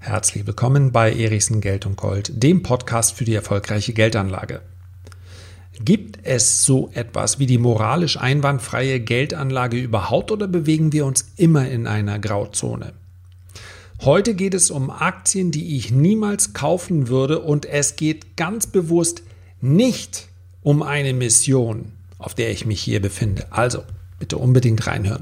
Herzlich willkommen bei Erichsen Geld und Gold, dem Podcast für die erfolgreiche Geldanlage. Gibt es so etwas wie die moralisch einwandfreie Geldanlage überhaupt oder bewegen wir uns immer in einer Grauzone? Heute geht es um Aktien, die ich niemals kaufen würde, und es geht ganz bewusst nicht um eine Mission, auf der ich mich hier befinde. Also bitte unbedingt reinhören.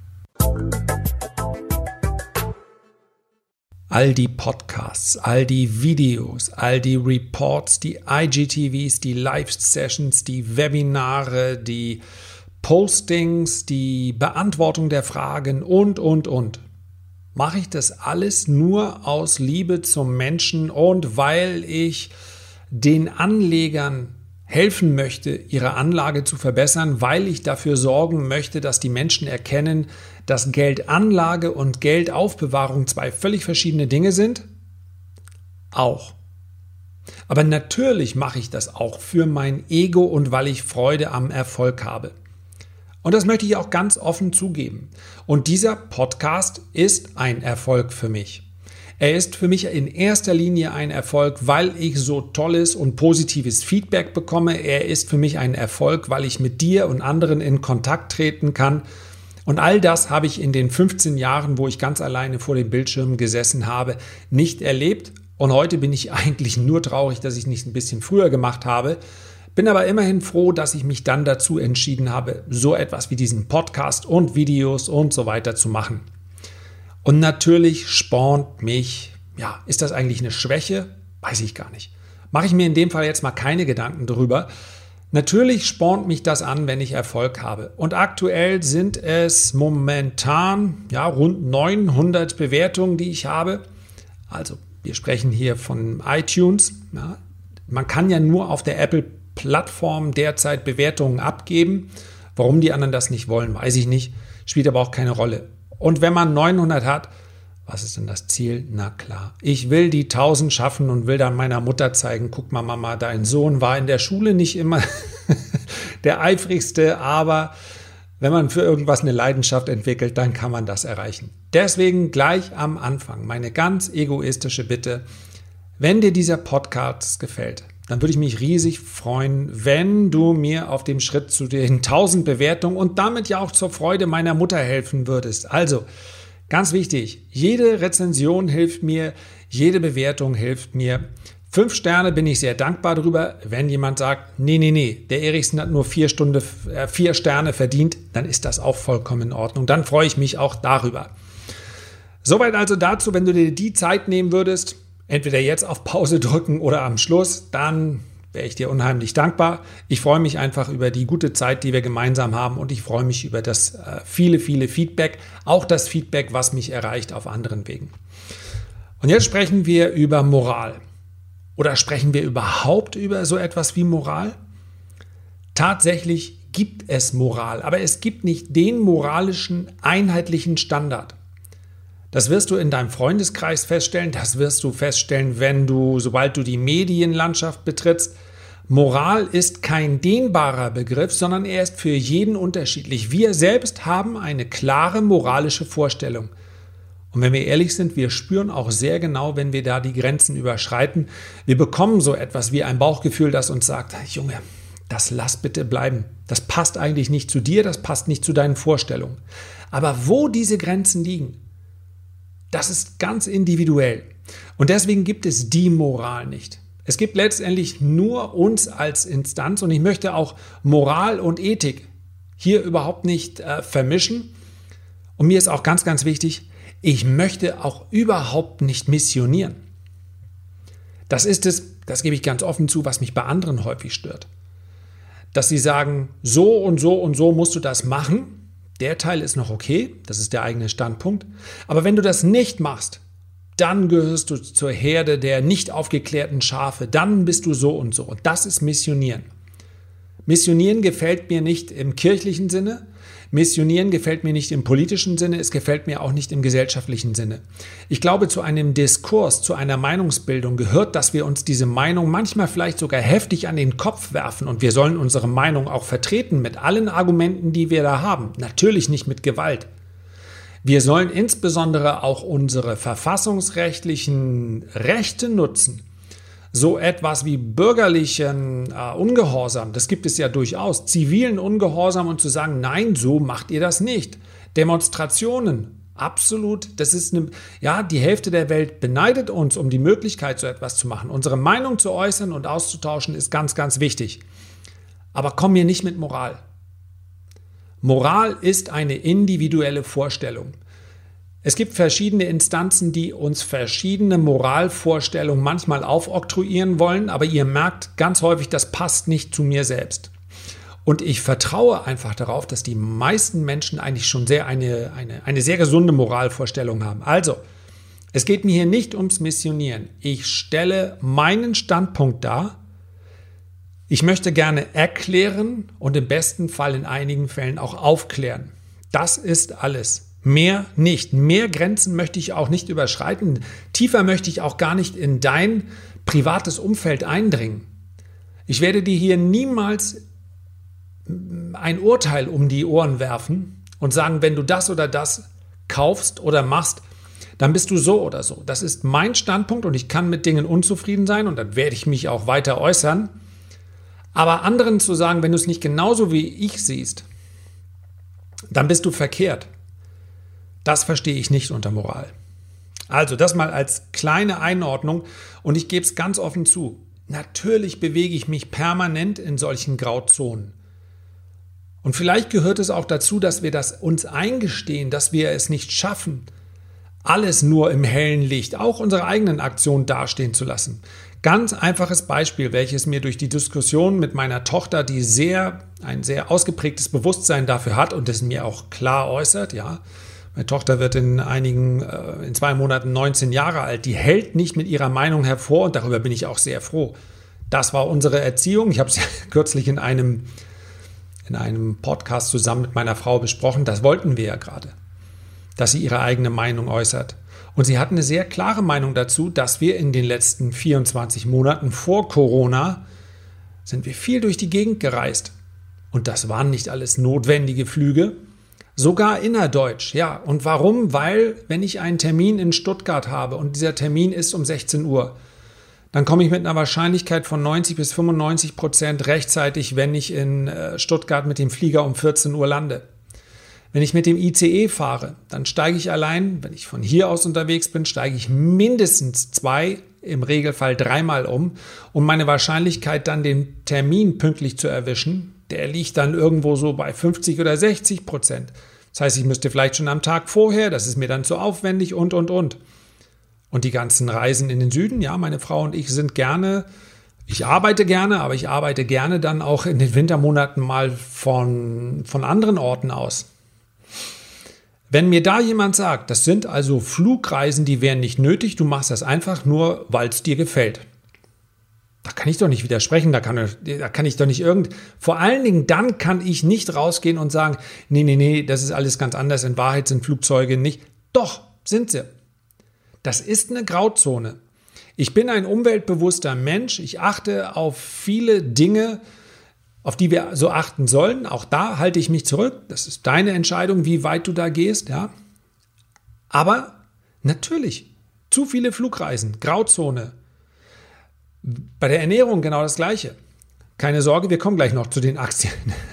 All die Podcasts, all die Videos, all die Reports, die IGTVs, die Live-Sessions, die Webinare, die Postings, die Beantwortung der Fragen und. Mache ich das alles nur aus Liebe zum Menschen und weil ich den Anlegern helfen möchte, ihre Anlage zu verbessern, weil ich dafür sorgen möchte, dass die Menschen erkennen, dass Geldanlage und Geldaufbewahrung zwei völlig verschiedene Dinge sind? Auch. Aber natürlich mache ich das auch für mein Ego und weil ich Freude am Erfolg habe. Und das möchte ich auch ganz offen zugeben. Und dieser Podcast ist ein Erfolg für mich. Er ist für mich in erster Linie ein Erfolg, weil ich so tolles und positives Feedback bekomme. Er ist für mich ein Erfolg, weil ich mit dir und anderen in Kontakt treten kann. Und all das habe ich in den 15 Jahren, wo ich ganz alleine vor dem Bildschirm gesessen habe, nicht erlebt. Und heute bin ich eigentlich nur traurig, dass ich es nicht ein bisschen früher gemacht habe. Bin aber immerhin froh, dass ich mich dann dazu entschieden habe, so etwas wie diesen Podcast und Videos und so weiter zu machen. Und natürlich spornt mich, ist das eigentlich eine Schwäche? Weiß ich gar nicht. Mache ich mir in dem Fall jetzt mal keine Gedanken drüber. Natürlich spornt mich das an, wenn ich Erfolg habe. Und aktuell sind es momentan rund 900 Bewertungen, die ich habe. Also wir sprechen hier von iTunes. Ja. Man kann ja nur auf der Apple-Plattform derzeit Bewertungen abgeben. Warum die anderen das nicht wollen, weiß ich nicht. Spielt aber auch keine Rolle. Und wenn man 900 hat, was ist denn das Ziel? Na klar, ich will die 1000 schaffen und will dann meiner Mutter zeigen, guck mal Mama, dein Sohn war in der Schule nicht immer der eifrigste, aber wenn man für irgendwas eine Leidenschaft entwickelt, dann kann man das erreichen. Deswegen gleich am Anfang meine ganz egoistische Bitte, wenn dir dieser Podcast gefällt, dann würde ich mich riesig freuen, wenn du mir auf dem Schritt zu den 1000 Bewertungen und damit ja auch zur Freude meiner Mutter helfen würdest. Also, ganz wichtig, jede Rezension hilft mir, jede Bewertung hilft mir. 5 Sterne bin ich sehr dankbar darüber. Wenn jemand sagt, nee, der Erichsen hat nur 4 Sterne verdient, dann ist das auch vollkommen in Ordnung. Dann freue ich mich auch darüber. Soweit also dazu, wenn du dir die Zeit nehmen würdest, entweder jetzt auf Pause drücken oder am Schluss, dann wäre ich dir unheimlich dankbar. Ich freue mich einfach über die gute Zeit, die wir gemeinsam haben, und ich freue mich über das viele Feedback, auch das Feedback, was mich erreicht auf anderen Wegen. Und jetzt sprechen wir über Moral. Oder sprechen wir überhaupt über so etwas wie Moral? Tatsächlich gibt es Moral, aber es gibt nicht den moralischen, einheitlichen Standard. Das wirst du in deinem Freundeskreis feststellen, das wirst du feststellen, sobald du die Medienlandschaft betrittst. Moral ist kein dehnbarer Begriff, sondern er ist für jeden unterschiedlich. Wir selbst haben eine klare moralische Vorstellung. Und wenn wir ehrlich sind, wir spüren auch sehr genau, wenn wir da die Grenzen überschreiten. Wir bekommen so etwas wie ein Bauchgefühl, das uns sagt, Junge, das lass bitte bleiben. Das passt eigentlich nicht zu dir, das passt nicht zu deinen Vorstellungen. Aber wo diese Grenzen liegen, das ist ganz individuell. Und deswegen gibt es die Moral nicht. Es gibt letztendlich nur uns als Instanz, und ich möchte auch Moral und Ethik hier überhaupt nicht vermischen. Und mir ist auch ganz, ganz wichtig, ich möchte auch überhaupt nicht missionieren. Das ist es, das gebe ich ganz offen zu, was mich bei anderen häufig stört. Dass sie sagen, so und so und so musst du das machen. Der Teil ist noch okay, das ist der eigene Standpunkt. Aber wenn du das nicht machst, dann gehörst du zur Herde der nicht aufgeklärten Schafe. Dann bist du so und so. Und das ist Missionieren. Missionieren gefällt mir nicht im kirchlichen Sinne. Missionieren gefällt mir nicht im politischen Sinne, es gefällt mir auch nicht im gesellschaftlichen Sinne. Ich glaube, zu einem Diskurs, zu einer Meinungsbildung gehört, dass wir uns diese Meinung manchmal vielleicht sogar heftig an den Kopf werfen, und wir sollen unsere Meinung auch vertreten mit allen Argumenten, die wir da haben. Natürlich nicht mit Gewalt. Wir sollen insbesondere auch unsere verfassungsrechtlichen Rechte nutzen. So etwas wie bürgerlichen Ungehorsam, das gibt es ja durchaus, zivilen Ungehorsam und zu sagen, nein, so macht ihr das nicht. Demonstrationen, absolut, das ist die Hälfte der Welt beneidet uns um die Möglichkeit, so etwas zu machen. Unsere Meinung zu äußern und auszutauschen ist ganz, ganz wichtig. Aber komm mir nicht mit Moral. Moral ist eine individuelle Vorstellung. Es gibt verschiedene Instanzen, die uns verschiedene Moralvorstellungen manchmal aufoktroyieren wollen, aber ihr merkt ganz häufig, das passt nicht zu mir selbst. Und ich vertraue einfach darauf, dass die meisten Menschen eigentlich schon eine sehr gesunde Moralvorstellung haben. Also, es geht mir hier nicht ums Missionieren. Ich stelle meinen Standpunkt dar. Ich möchte gerne erklären und im besten Fall in einigen Fällen auch aufklären. Das ist alles. Mehr nicht. Mehr Grenzen möchte ich auch nicht überschreiten. Tiefer möchte ich auch gar nicht in dein privates Umfeld eindringen. Ich werde dir hier niemals ein Urteil um die Ohren werfen und sagen, wenn du das oder das kaufst oder machst, dann bist du so oder so. Das ist mein Standpunkt und ich kann mit Dingen unzufrieden sein und dann werde ich mich auch weiter äußern. Aber anderen zu sagen, wenn du es nicht genauso wie ich siehst, dann bist du verkehrt. Das verstehe ich nicht unter Moral. Also das mal als kleine Einordnung und ich gebe es ganz offen zu. Natürlich bewege ich mich permanent in solchen Grauzonen. Und vielleicht gehört es auch dazu, dass wir das uns eingestehen, dass wir es nicht schaffen, alles nur im hellen Licht, auch unsere eigenen Aktionen dastehen zu lassen. Ganz einfaches Beispiel, welches mir durch die Diskussion mit meiner Tochter, die ein sehr ausgeprägtes Bewusstsein dafür hat und es mir auch klar äußert, ja. Meine Tochter wird in 2 Monaten 19 Jahre alt. Die hält nicht mit ihrer Meinung hervor und darüber bin ich auch sehr froh. Das war unsere Erziehung. Ich habe es ja kürzlich in einem Podcast zusammen mit meiner Frau besprochen. Das wollten wir ja gerade, dass sie ihre eigene Meinung äußert. Und sie hat eine sehr klare Meinung dazu, dass wir in den letzten 24 Monaten vor Corona sind wir viel durch die Gegend gereist. Und das waren nicht alles notwendige Flüge. Sogar innerdeutsch, ja. Und warum? Weil, wenn ich einen Termin in Stuttgart habe und dieser Termin ist um 16 Uhr, dann komme ich mit einer Wahrscheinlichkeit von 90 bis 95% rechtzeitig, wenn ich in Stuttgart mit dem Flieger um 14 Uhr lande. Wenn ich mit dem ICE fahre, dann steige ich allein, wenn ich von hier aus unterwegs bin, steige ich mindestens 2, im Regelfall 3-mal um. Und meine Wahrscheinlichkeit, dann den Termin pünktlich zu erwischen, der liegt dann irgendwo so bei 50 oder 60%. Das heißt, ich müsste vielleicht schon am Tag vorher, das ist mir dann zu aufwendig und. Und die ganzen Reisen in den Süden, ja, meine Frau und ich ich arbeite gerne, aber ich arbeite gerne dann auch in den Wintermonaten mal von anderen Orten aus. Wenn mir da jemand sagt, das sind also Flugreisen, die wären nicht nötig, du machst das einfach nur, weil es dir gefällt. Da kann ich doch nicht widersprechen, da kann ich doch nicht vor allen Dingen dann kann ich nicht rausgehen und sagen, nee, das ist alles ganz anders, in Wahrheit sind Flugzeuge nicht. Doch, sind sie. Das ist eine Grauzone. Ich bin ein umweltbewusster Mensch, ich achte auf viele Dinge, auf die wir so achten sollen. Auch da halte ich mich zurück, das ist deine Entscheidung, wie weit du da gehst, ja. Aber natürlich, zu viele Flugreisen, Grauzone. Bei der Ernährung genau das Gleiche. Keine Sorge, wir kommen gleich noch zu den Aktien.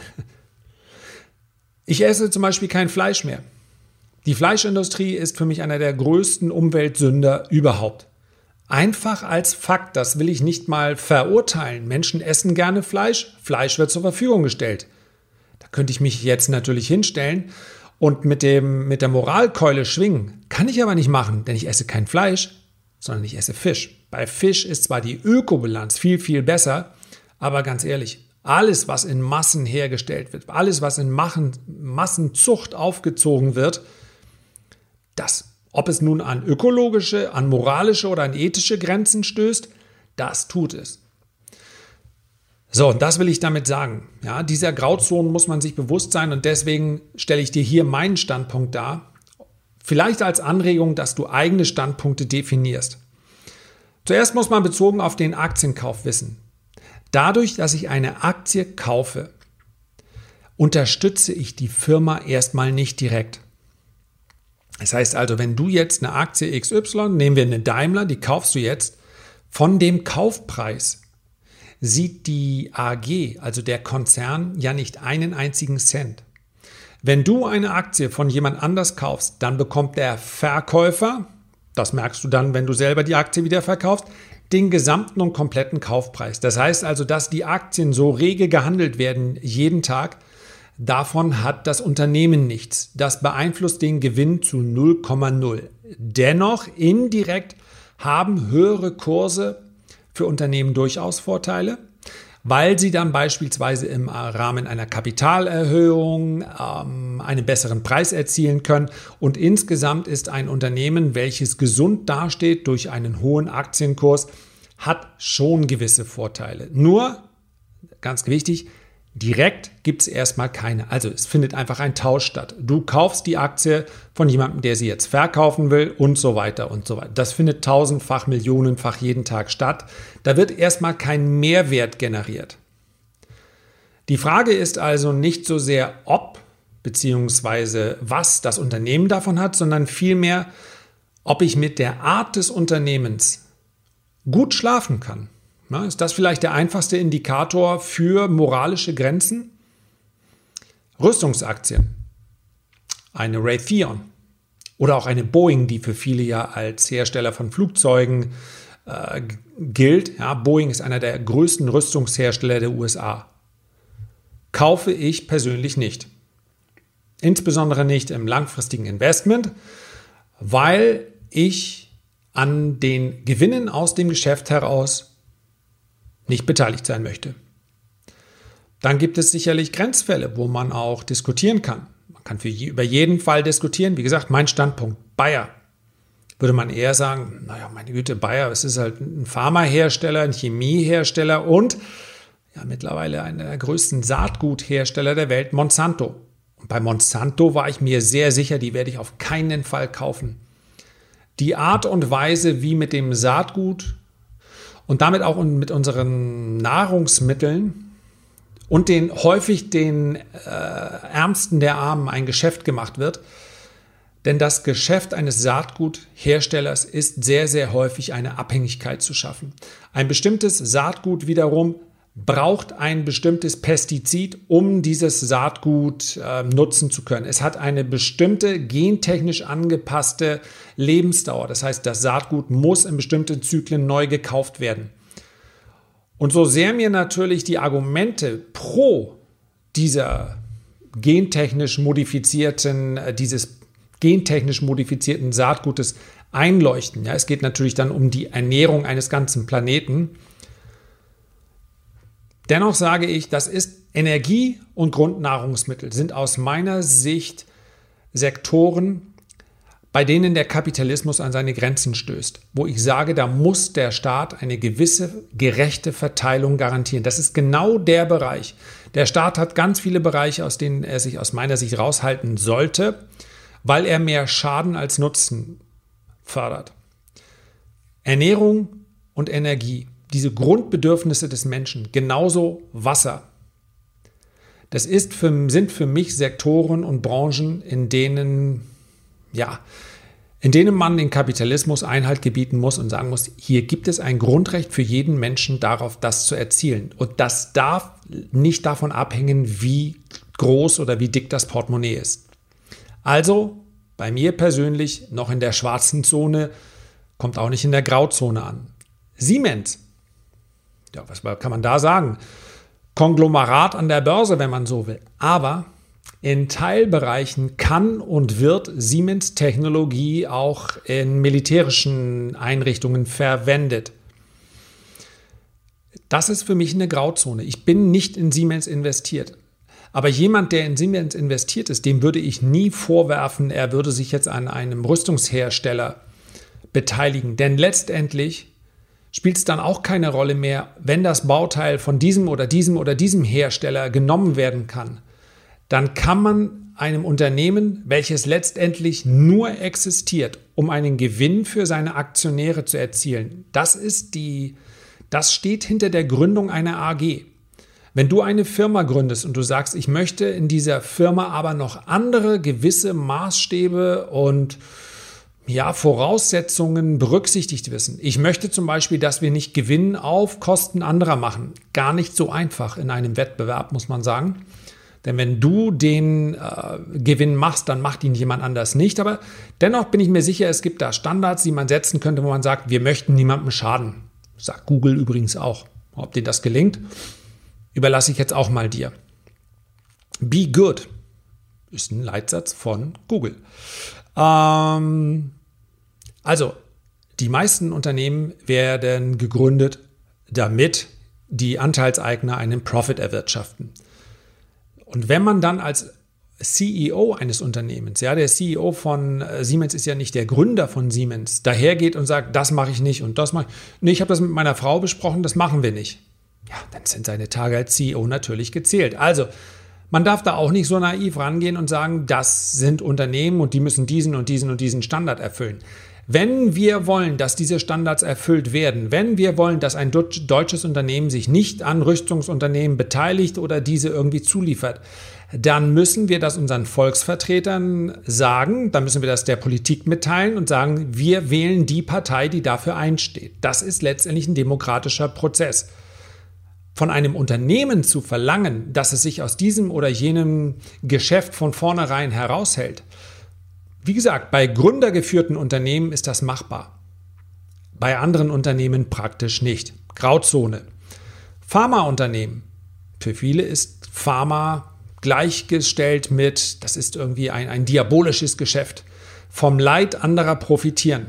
Ich esse zum Beispiel kein Fleisch mehr. Die Fleischindustrie ist für mich einer der größten Umweltsünder überhaupt. Einfach als Fakt, das will ich nicht mal verurteilen. Menschen essen gerne Fleisch, Fleisch wird zur Verfügung gestellt. Da könnte ich mich jetzt natürlich hinstellen und mit der Moralkeule schwingen. Kann ich aber nicht machen, denn ich esse kein Fleisch, sondern ich esse Fisch. Bei Fisch ist zwar die Ökobilanz viel, viel besser, aber ganz ehrlich, alles, was in Massen hergestellt wird, alles, was in Massenzucht aufgezogen wird, ob es nun an ökologische, an moralische oder an ethische Grenzen stößt, das tut es. So, und das will ich damit sagen. Ja, dieser Grauzonen muss man sich bewusst sein und deswegen stelle ich dir hier meinen Standpunkt dar. Vielleicht als Anregung, dass du eigene Standpunkte definierst. Zuerst muss man bezogen auf den Aktienkauf wissen. Dadurch, dass ich eine Aktie kaufe, unterstütze ich die Firma erstmal nicht direkt. Das heißt also, wenn du jetzt eine Aktie XY, nehmen wir eine Daimler, die kaufst du jetzt, von dem Kaufpreis sieht die AG, also der Konzern, ja nicht einen einzigen Cent. Wenn du eine Aktie von jemand anders kaufst, dann bekommt der Verkäufer, das merkst du dann, wenn du selber die Aktie wieder verkaufst, den gesamten und kompletten Kaufpreis. Das heißt also, dass die Aktien so rege gehandelt werden jeden Tag, davon hat das Unternehmen nichts. Das beeinflusst den Gewinn zu 0,0. Dennoch, indirekt haben höhere Kurse für Unternehmen durchaus Vorteile, weil sie dann beispielsweise im Rahmen einer Kapitalerhöhung einen besseren Preis erzielen können. Und insgesamt ist ein Unternehmen, welches gesund dasteht durch einen hohen Aktienkurs, hat schon gewisse Vorteile. Nur, ganz wichtig, direkt gibt es erstmal keine. Also es findet einfach ein Tausch statt. Du kaufst die Aktie von jemandem, der sie jetzt verkaufen will und so weiter und so weiter. Das findet tausendfach, millionenfach jeden Tag statt. Da wird erstmal kein Mehrwert generiert. Die Frage ist also nicht so sehr, ob bzw. was das Unternehmen davon hat, sondern vielmehr, ob ich mit der Art des Unternehmens gut schlafen kann. Na, ist das vielleicht der einfachste Indikator für moralische Grenzen? Rüstungsaktien, eine Raytheon oder auch eine Boeing, die für viele ja als Hersteller von Flugzeugen gilt. Ja, Boeing ist einer der größten Rüstungshersteller der USA. Kaufe ich persönlich nicht. Insbesondere nicht im langfristigen Investment, weil ich an den Gewinnen aus dem Geschäft heraus nicht beteiligt sein möchte. Dann gibt es sicherlich Grenzfälle, wo man auch diskutieren kann. Man kann über jeden Fall diskutieren. Wie gesagt, mein Standpunkt, Bayer. Würde man eher sagen, naja, meine Güte, Bayer, es ist halt ein Pharmahersteller, ein Chemiehersteller und ja, mittlerweile einer der größten Saatguthersteller der Welt, Monsanto. Und bei Monsanto war ich mir sehr sicher, die werde ich auf keinen Fall kaufen. Die Art und Weise, wie mit dem Saatgut und damit auch mit unseren Nahrungsmitteln und häufig den Ärmsten der Armen ein Geschäft gemacht wird. Denn das Geschäft eines Saatgutherstellers ist sehr, sehr häufig eine Abhängigkeit zu schaffen. Ein bestimmtes Saatgut wiederum braucht ein bestimmtes Pestizid, um dieses Saatgut nutzen zu können. Es hat eine bestimmte gentechnisch angepasste Lebensdauer. Das heißt, das Saatgut muss in bestimmten Zyklen neu gekauft werden. Und so sehr mir natürlich die Argumente pro dieses gentechnisch modifizierten Saatgutes einleuchten. Ja, es geht natürlich dann um die Ernährung eines ganzen Planeten. Dennoch sage ich, das ist Energie und Grundnahrungsmittel sind aus meiner Sicht Sektoren, bei denen der Kapitalismus an seine Grenzen stößt. Wo ich sage, da muss der Staat eine gewisse gerechte Verteilung garantieren. Das ist genau der Bereich. Der Staat hat ganz viele Bereiche, aus denen er sich aus meiner Sicht raushalten sollte, weil er mehr Schaden als Nutzen fördert. Ernährung und Energie. Diese Grundbedürfnisse des Menschen, genauso Wasser. Das sind für mich Sektoren und Branchen, in denen man den Kapitalismus Einhalt gebieten muss und sagen muss, hier gibt es ein Grundrecht für jeden Menschen darauf, das zu erzielen. Und das darf nicht davon abhängen, wie groß oder wie dick das Portemonnaie ist. Also bei mir persönlich noch in der schwarzen Zone, kommt auch nicht in der Grauzone an. Siemens. Ja, was kann man da sagen? Konglomerat an der Börse, wenn man so will. Aber in Teilbereichen kann und wird Siemens Technologie auch in militärischen Einrichtungen verwendet. Das ist für mich eine Grauzone. Ich bin nicht in Siemens investiert. Aber jemand, der in Siemens investiert ist, dem würde ich nie vorwerfen, er würde sich jetzt an einem Rüstungshersteller beteiligen. Denn letztendlich spielt es dann auch keine Rolle mehr, wenn das Bauteil von diesem oder diesem oder diesem Hersteller genommen werden kann. Dann kann man einem Unternehmen, welches letztendlich nur existiert, um einen Gewinn für seine Aktionäre zu erzielen, das steht hinter der Gründung einer AG. Wenn du eine Firma gründest und du sagst, ich möchte in dieser Firma aber noch andere gewisse Maßstäbe und Voraussetzungen berücksichtigt wissen. Ich möchte zum Beispiel, dass wir nicht Gewinn auf Kosten anderer machen. Gar nicht so einfach in einem Wettbewerb, muss man sagen. Denn wenn du den Gewinn machst, dann macht ihn jemand anders nicht. Aber dennoch bin ich mir sicher, es gibt da Standards, die man setzen könnte, wo man sagt, wir möchten niemandem schaden. Sagt Google übrigens auch. Ob dir das gelingt, überlasse ich jetzt auch mal dir. Be good ist ein Leitsatz von Google. Also, die meisten Unternehmen werden gegründet, damit die Anteilseigner einen Profit erwirtschaften. Und wenn man dann als CEO eines Unternehmens, der CEO von Siemens ist ja nicht der Gründer von Siemens, dahergeht und sagt, das mache ich nicht und das mache ich. Nee, ich habe das mit meiner Frau besprochen, das machen wir nicht. Ja, dann sind seine Tage als CEO natürlich gezählt. Also, man darf da auch nicht so naiv rangehen und sagen, das sind Unternehmen und die müssen diesen und diesen und diesen Standard erfüllen. Wenn wir wollen, dass diese Standards erfüllt werden, wenn wir wollen, dass ein deutsches Unternehmen sich nicht an Rüstungsunternehmen beteiligt oder diese irgendwie zuliefert, dann müssen wir das unseren Volksvertretern sagen, dann müssen wir das der Politik mitteilen und sagen, wir wählen die Partei, die dafür einsteht. Das ist letztendlich ein demokratischer Prozess. Von einem Unternehmen zu verlangen, dass es sich aus diesem oder jenem Geschäft von vornherein heraushält. Wie gesagt, bei gründergeführten Unternehmen ist das machbar. Bei anderen Unternehmen praktisch nicht. Grauzone. Pharmaunternehmen. Für viele ist Pharma gleichgestellt mit, das ist irgendwie ein diabolisches Geschäft. Vom Leid anderer profitieren.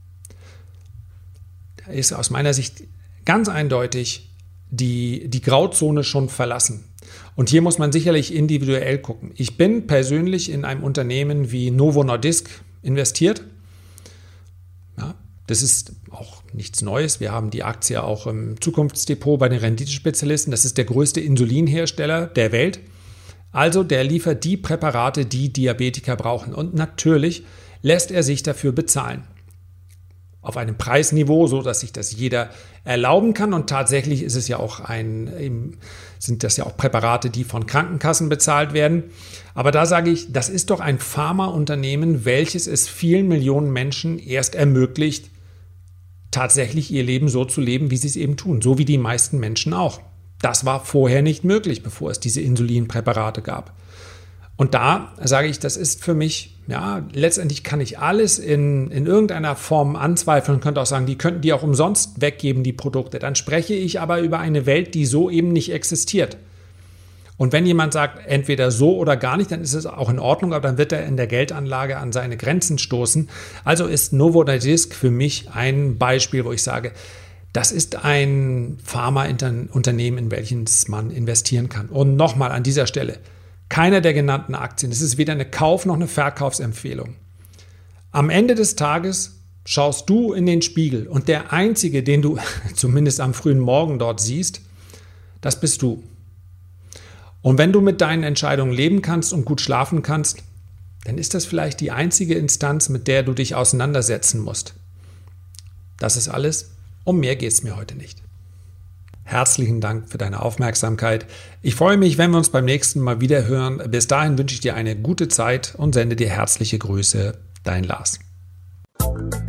Da ist aus meiner Sicht ganz eindeutig die Grauzone schon verlassen. Und hier muss man sicherlich individuell gucken. Ich bin persönlich in einem Unternehmen wie Novo Nordisk investiert. Ja, das ist auch nichts Neues. Wir haben die Aktie auch im Zukunftsdepot bei den Renditespezialisten. Das ist der größte Insulinhersteller der Welt. Also der liefert die Präparate, die Diabetiker brauchen. Und natürlich lässt er sich dafür bezahlen. Auf einem Preisniveau, so dass sich das jeder erlauben kann. Und tatsächlich ist es ja auch sind das ja auch Präparate, die von Krankenkassen bezahlt werden. Aber da sage ich, das ist doch ein Pharmaunternehmen, welches es vielen Millionen Menschen erst ermöglicht, tatsächlich ihr Leben so zu leben, wie sie es eben tun. So wie die meisten Menschen auch. Das war vorher nicht möglich, bevor es diese Insulinpräparate gab. Und da sage ich, das ist für mich, letztendlich kann ich alles in irgendeiner Form anzweifeln und könnte auch sagen, die könnten die auch umsonst weggeben, die Produkte. Dann spreche ich aber über eine Welt, die so eben nicht existiert. Und wenn jemand sagt, entweder so oder gar nicht, dann ist es auch in Ordnung, aber dann wird er in der Geldanlage an seine Grenzen stoßen. Also ist Novo Nordisk für mich ein Beispiel, wo ich sage, das ist ein Pharmaunternehmen, in welches man investieren kann. Und nochmal an dieser Stelle, keiner der genannten Aktien. Es ist weder eine Kauf- noch eine Verkaufsempfehlung. Am Ende des Tages schaust du in den Spiegel und der Einzige, den du zumindest am frühen Morgen dort siehst, das bist du. Und wenn du mit deinen Entscheidungen leben kannst und gut schlafen kannst, dann ist das vielleicht die einzige Instanz, mit der du dich auseinandersetzen musst. Das ist alles. Um mehr geht es mir heute nicht. Herzlichen Dank für deine Aufmerksamkeit. Ich freue mich, wenn wir uns beim nächsten Mal wieder hören. Bis dahin wünsche ich dir eine gute Zeit und sende dir herzliche Grüße. Dein Lars.